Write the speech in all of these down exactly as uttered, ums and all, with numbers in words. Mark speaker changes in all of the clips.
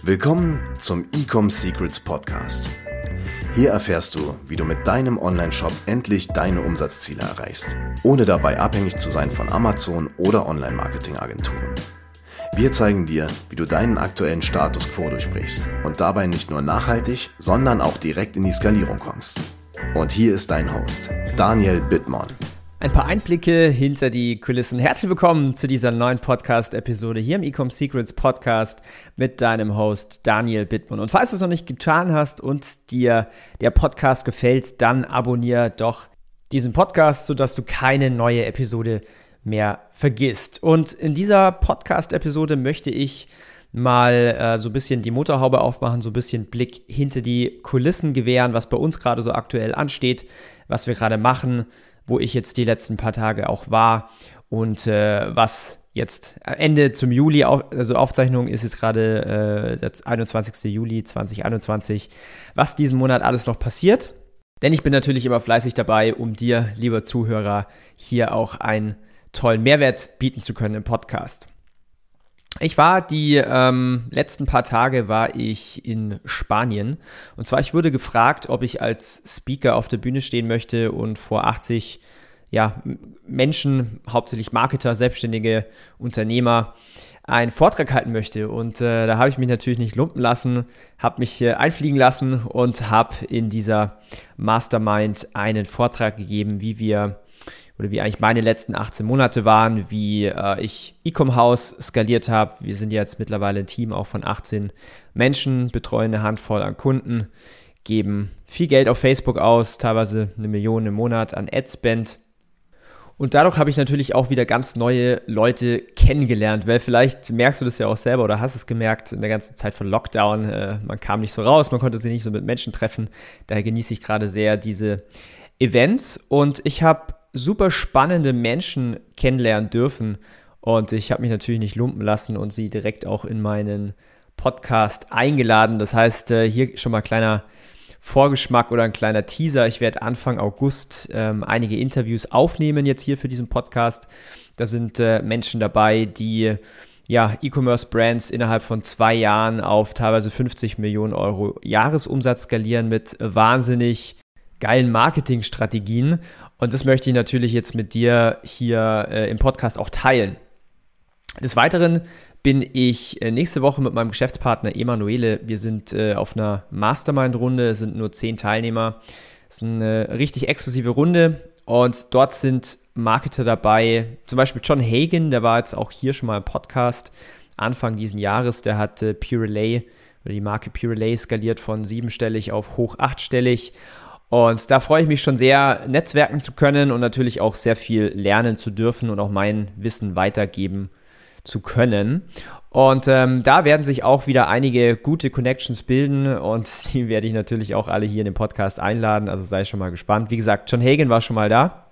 Speaker 1: Willkommen zum E-Com Secrets Podcast. Hier erfährst du, wie du mit deinem Online-Shop endlich deine Umsatzziele erreichst, ohne dabei abhängig zu sein von Amazon oder Online-Marketing-Agenturen. Wir zeigen dir, wie du deinen aktuellen Status quo durchbrichst und dabei nicht nur nachhaltig, sondern auch direkt in die Skalierung kommst. Und hier ist dein Host, Daniel Bittmann.
Speaker 2: Ein paar Einblicke hinter die Kulissen. Herzlich willkommen zu dieser neuen Podcast-Episode hier im E-Com Secrets Podcast mit deinem Host Daniel Bittmann. Und falls du es noch nicht getan hast und dir der Podcast gefällt, dann abonniere doch diesen Podcast, sodass du keine neue Episode mehr vergisst. Und in dieser Podcast-Episode möchte ich mal äh, so ein bisschen die Motorhaube aufmachen, so ein bisschen Blick hinter die Kulissen gewähren, was bei uns gerade so aktuell ansteht, was wir gerade machen, wo ich jetzt die letzten paar Tage auch war und äh, was jetzt Ende zum Juli, also Aufzeichnung ist jetzt gerade äh, der einundzwanzigster Juli zweitausendeinundzwanzig, was diesen Monat alles noch passiert. Denn ich bin natürlich immer fleißig dabei, um dir, lieber Zuhörer, hier auch einen tollen Mehrwert bieten zu können im Podcast. Ich war die ähm, letzten paar Tage war ich in Spanien und zwar ich wurde gefragt, ob ich als Speaker auf der Bühne stehen möchte und vor achtzig ja, Menschen, hauptsächlich Marketer, selbstständige Unternehmer, einen Vortrag halten möchte und äh, da habe ich mich natürlich nicht lumpen lassen, habe mich äh, einfliegen lassen und habe in dieser Mastermind einen Vortrag gegeben, wie wir oder wie eigentlich meine letzten achtzehn Monate waren, wie äh, ich E-Com-Haus skaliert habe. Wir sind jetzt mittlerweile ein Team auch von achtzehn Menschen, betreuen eine Handvoll an Kunden, geben viel Geld auf Facebook aus, teilweise eine Million im Monat an Ad-Spend. Und dadurch habe ich natürlich auch wieder ganz neue Leute kennengelernt, weil vielleicht merkst du das ja auch selber oder hast es gemerkt in der ganzen Zeit von Lockdown. Äh, man kam nicht so raus, man konnte sich nicht so mit Menschen treffen. Daher genieße ich gerade sehr diese Events und ich habe super spannende Menschen kennenlernen dürfen und ich habe mich natürlich nicht lumpen lassen und sie direkt auch in meinen Podcast eingeladen. Das heißt, hier schon mal ein kleiner Vorgeschmack oder ein kleiner Teaser. Ich werde Anfang August ähm, einige Interviews aufnehmen jetzt hier für diesen Podcast. Da sind äh, Menschen dabei, die ja, E-Commerce-Brands innerhalb von zwei Jahren auf teilweise fünfzig Millionen Euro Jahresumsatz skalieren mit wahnsinnig geilen Marketingstrategien. Und das möchte ich natürlich jetzt mit dir hier äh, im Podcast auch teilen. Des Weiteren bin ich äh, nächste Woche mit meinem Geschäftspartner Emanuele. Wir sind äh, auf einer Mastermind-Runde, es sind nur zehn Teilnehmer. Es ist eine richtig exklusive Runde und dort sind Marketer dabei, zum Beispiel John Hagen, der war jetzt auch hier schon mal im Podcast Anfang diesen Jahres. Der hat äh, Purelay oder die Marke Purelay skaliert von siebenstellig auf hoch achtstellig. Und da freue ich mich schon sehr, netzwerken zu können und natürlich auch sehr viel lernen zu dürfen und auch mein Wissen weitergeben zu können. Und ähm, da werden sich auch wieder einige gute Connections bilden und die werde ich natürlich auch alle hier in den Podcast einladen, also sei schon mal gespannt. Wie gesagt, John Hagen war schon mal da.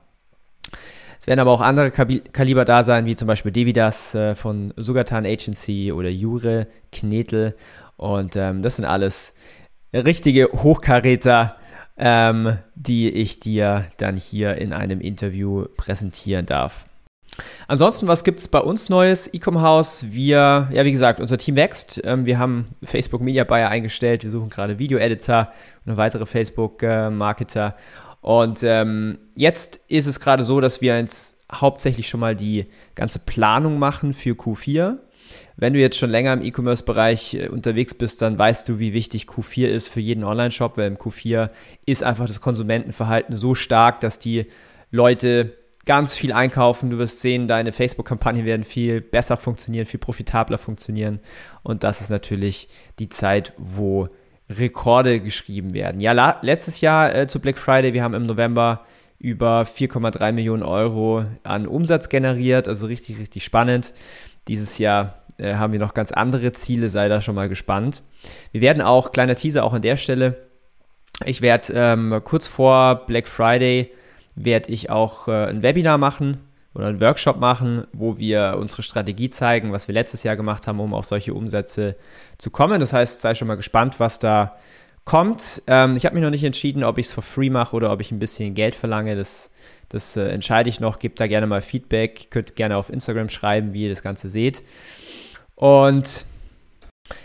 Speaker 2: Es werden aber auch andere Kaliber da sein, wie zum Beispiel Devidas äh, von Sugatan Agency oder Jure Knetel und ähm, das sind alles richtige Hochkaräter, Ähm, die ich dir dann hier in einem Interview präsentieren darf. Ansonsten, was gibt es bei uns Neues? E-Com-Haus, wir, ja wie gesagt, unser Team wächst. Ähm, wir haben Facebook Media Buyer eingestellt, wir suchen gerade Video-Editor und noch weitere Facebook-Marketer. Und ähm, jetzt ist es gerade so, dass wir jetzt hauptsächlich schon mal die ganze Planung machen für Q vier. Wenn du jetzt schon länger im E-Commerce-Bereich unterwegs bist, dann weißt du, wie wichtig Q vier ist für jeden Online-Shop, weil im Q vier ist einfach das Konsumentenverhalten so stark, dass die Leute ganz viel einkaufen. Du wirst sehen, deine Facebook-Kampagnen werden viel besser funktionieren, viel profitabler funktionieren und das ist natürlich die Zeit, wo Rekorde geschrieben werden. Ja, la- letztes Jahr äh, zu Black Friday, wir haben im November über vier Komma drei Millionen Euro an Umsatz generiert, also richtig, richtig spannend. Dieses Jahr äh, haben wir noch ganz andere Ziele, sei da schon mal gespannt. Wir werden auch, kleiner Teaser auch an der Stelle, ich werde ähm, kurz vor Black Friday, werde ich auch äh, ein Webinar machen oder einen Workshop machen, wo wir unsere Strategie zeigen, was wir letztes Jahr gemacht haben, um auf solche Umsätze zu kommen. Das heißt, sei schon mal gespannt, was da kommt. Ähm, ich habe mich noch nicht entschieden, ob ich es for free mache oder ob ich ein bisschen Geld verlange. Das Das äh, entscheide ich noch. Gebt da gerne mal Feedback. Könnt gerne auf Instagram schreiben, wie ihr das Ganze seht. Und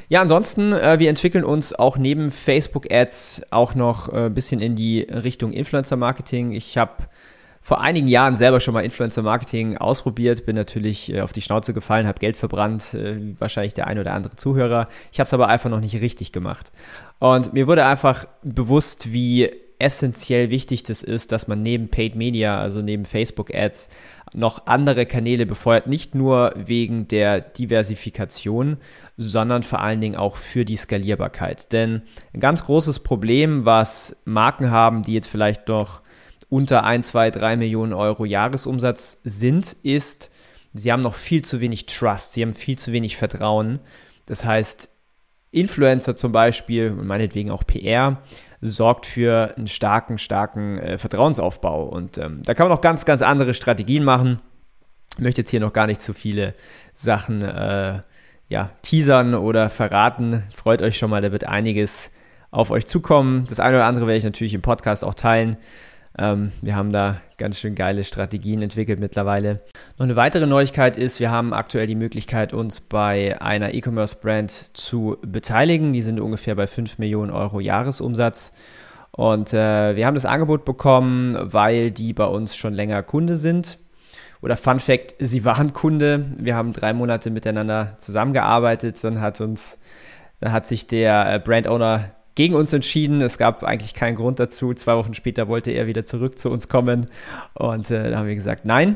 Speaker 2: Ja, ansonsten, äh, wir entwickeln uns auch neben Facebook-Ads auch noch ein äh, bisschen in die Richtung Influencer-Marketing. Ich habe vor einigen Jahren selber schon mal Influencer-Marketing ausprobiert, bin natürlich äh, auf die Schnauze gefallen, habe Geld verbrannt, äh, wahrscheinlich der ein oder andere Zuhörer. Ich habe es aber einfach noch nicht richtig gemacht. Und mir wurde einfach bewusst, wie essentiell wichtig das ist, dass man neben Paid Media, also neben Facebook-Ads, noch andere Kanäle befeuert, nicht nur wegen der Diversifikation, sondern vor allen Dingen auch für die Skalierbarkeit. Denn ein ganz großes Problem, was Marken haben, die jetzt vielleicht noch unter ein, zwei, drei Millionen Euro Jahresumsatz sind, ist, sie haben noch viel zu wenig Trust, sie haben viel zu wenig Vertrauen. Das heißt, Influencer zum Beispiel und meinetwegen auch P R sorgt für einen starken, starken äh, Vertrauensaufbau. Und ähm, da kann man auch ganz, ganz andere Strategien machen. Ich möchte jetzt hier noch gar nicht zu viele Sachen äh, ja, teasern oder verraten. Freut euch schon mal, da wird einiges auf euch zukommen. Das eine oder andere werde ich natürlich im Podcast auch teilen. Ähm, wir haben da ganz schön geile Strategien entwickelt mittlerweile. Noch eine weitere Neuigkeit ist, wir haben aktuell die Möglichkeit, uns bei einer E-Commerce-Brand zu beteiligen. Die sind ungefähr bei fünf Millionen Euro Jahresumsatz. Und äh, wir haben das Angebot bekommen, weil die bei uns schon länger Kunde sind. Oder Fun Fact, sie waren Kunde. Wir haben drei Monate miteinander zusammengearbeitet. Dann hat uns, dann hat sich der Brand-Owner gegen uns entschieden. Es gab eigentlich keinen Grund dazu. Zwei Wochen später wollte er wieder zurück zu uns kommen. Und äh, da haben wir gesagt, nein.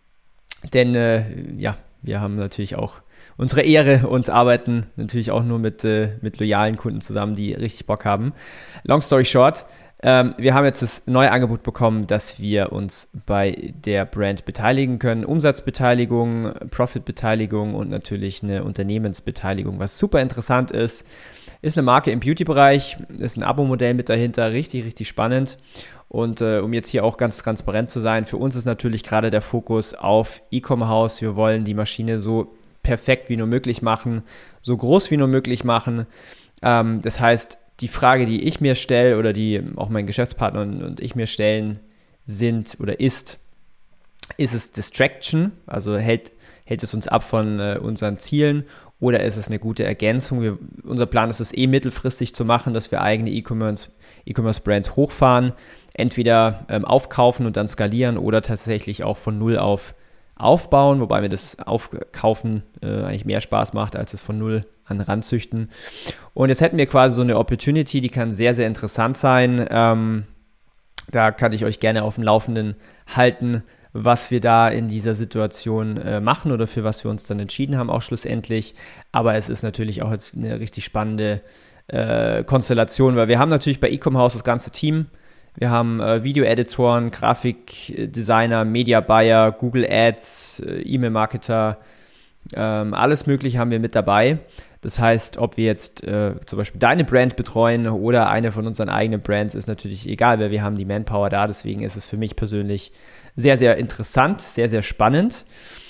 Speaker 2: Denn äh, ja, wir haben natürlich auch unsere Ehre und arbeiten natürlich auch nur mit, äh, mit loyalen Kunden zusammen, die richtig Bock haben. Long story short, ähm, wir haben jetzt das neue Angebot bekommen, dass wir uns bei der Brand beteiligen können. Umsatzbeteiligung, Profitbeteiligung und natürlich eine Unternehmensbeteiligung, was super interessant ist. Ist eine Marke im Beauty-Bereich, ist ein Abo-Modell mit dahinter, richtig, richtig spannend. Und äh, um jetzt hier auch ganz transparent zu sein, für uns ist natürlich gerade der Fokus auf E-Com-House. Wir wollen die Maschine so perfekt wie nur möglich machen, so groß wie nur möglich machen. Ähm, das heißt, die Frage, die ich mir stelle oder die auch mein Geschäftspartner und, und ich mir stellen, sind oder ist, ist es Distraction, also hält, hält es uns ab von äh, unseren Zielen, oder ist es eine gute Ergänzung? Wir, unser Plan ist es eh mittelfristig zu machen, dass wir eigene E-Commerce, E-Commerce-Brands hochfahren, entweder ähm, aufkaufen und dann skalieren oder tatsächlich auch von Null auf aufbauen, wobei mir das Aufkaufen äh, eigentlich mehr Spaß macht, als es von Null an ranzüchten. Und jetzt hätten wir quasi so eine Opportunity, die kann sehr, sehr interessant sein. Ähm, da kann ich euch gerne auf dem Laufenden halten, was wir da in dieser Situation äh, machen oder für was wir uns dann entschieden haben, auch schlussendlich. Aber es ist natürlich auch jetzt eine richtig spannende äh, Konstellation, weil wir haben natürlich bei E-Com-House das ganze Team. Wir haben äh, Video-Editoren, Grafikdesigner, Media-Buyer, Google Ads, äh, E-Mail-Marketer, ähm, alles Mögliche haben wir mit dabei. Das heißt, ob wir jetzt äh, zum Beispiel deine Brand betreuen oder eine von unseren eigenen Brands, ist natürlich egal, weil wir haben die Manpower da. Deswegen ist es für mich persönlich sehr, sehr interessant, sehr, sehr spannend.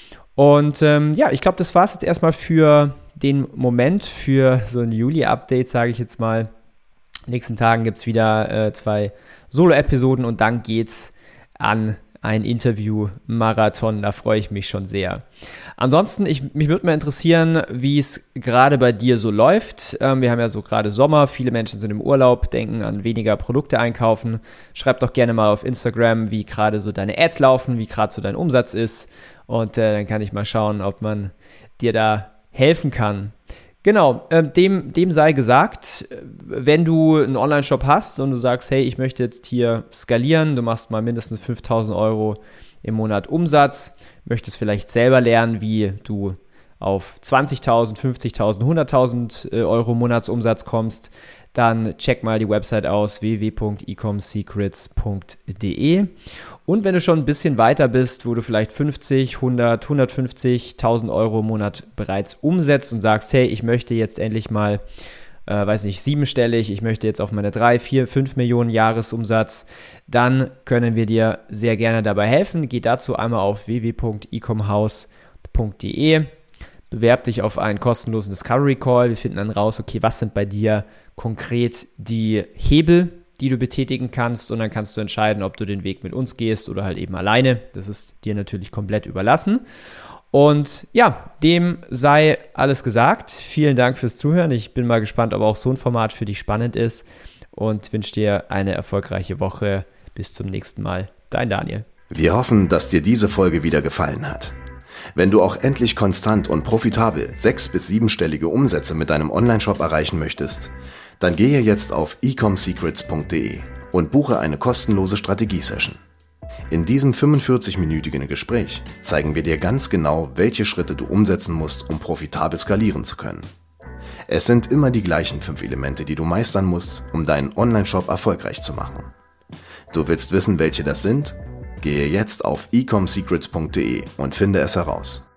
Speaker 2: Und ähm, ja, ich glaube, das war es jetzt erstmal für den Moment, für so ein Juli-Update, sage ich jetzt mal. In den nächsten Tagen gibt es wieder äh, zwei Solo-Episoden und dann geht's an ein Interview-Marathon, da freue ich mich schon sehr. Ansonsten, ich, mich würde mal interessieren, wie es gerade bei dir so läuft. Ähm, wir haben ja so gerade Sommer, viele Menschen sind im Urlaub, denken an weniger Produkte einkaufen. Schreib doch gerne mal auf Instagram, wie gerade so deine Ads laufen, wie gerade so dein Umsatz ist und äh, dann kann ich mal schauen, ob man dir da helfen kann. Genau, äh, dem, dem sei gesagt, wenn du einen Online-Shop hast und du sagst, hey, ich möchte jetzt hier skalieren, du machst mal mindestens fünftausend Euro im Monat Umsatz, möchtest vielleicht selber lernen, wie du auf zwanzigtausend, fünfzigtausend, hunderttausend Euro Monatsumsatz kommst, dann check mal die Website aus, w w w punkt ecomsecrets punkt d e. Und wenn du schon ein bisschen weiter bist, wo du vielleicht fünfzig, hundert, hundertfünfzigtausend Euro im Monat bereits umsetzt und sagst, hey, ich möchte jetzt endlich mal, äh, weiß nicht, siebenstellig, ich möchte jetzt auf meine drei, vier, fünf Millionen Jahresumsatz, dann können wir dir sehr gerne dabei helfen. Geh dazu einmal auf w w w punkt ecomhouse punkt d e. Bewerb dich auf einen kostenlosen Discovery Call. Wir finden dann raus, okay, was sind bei dir konkret die Hebel, die du betätigen kannst, und dann kannst du entscheiden, ob du den Weg mit uns gehst oder halt eben alleine. Das ist dir natürlich komplett überlassen. Und ja, dem sei alles gesagt. Vielen Dank fürs Zuhören. Ich bin mal gespannt, ob auch so ein Format für dich spannend ist und wünsche dir eine erfolgreiche Woche. Bis zum nächsten Mal. Dein Daniel.
Speaker 1: Wir hoffen, dass dir diese Folge wieder gefallen hat. Wenn du auch endlich konstant und profitabel sechs- bis siebenstellige Umsätze mit deinem Onlineshop erreichen möchtest, dann gehe jetzt auf e com secrets punkt de und buche eine kostenlose Strategie-Session. In diesem fünfundvierzig-minütigen Gespräch zeigen wir dir ganz genau, welche Schritte du umsetzen musst, um profitabel skalieren zu können. Es sind immer die gleichen fünf Elemente, die du meistern musst, um deinen Onlineshop erfolgreich zu machen. Du willst wissen, welche das sind? Gehe jetzt auf e com secrets punkt de und finde es heraus.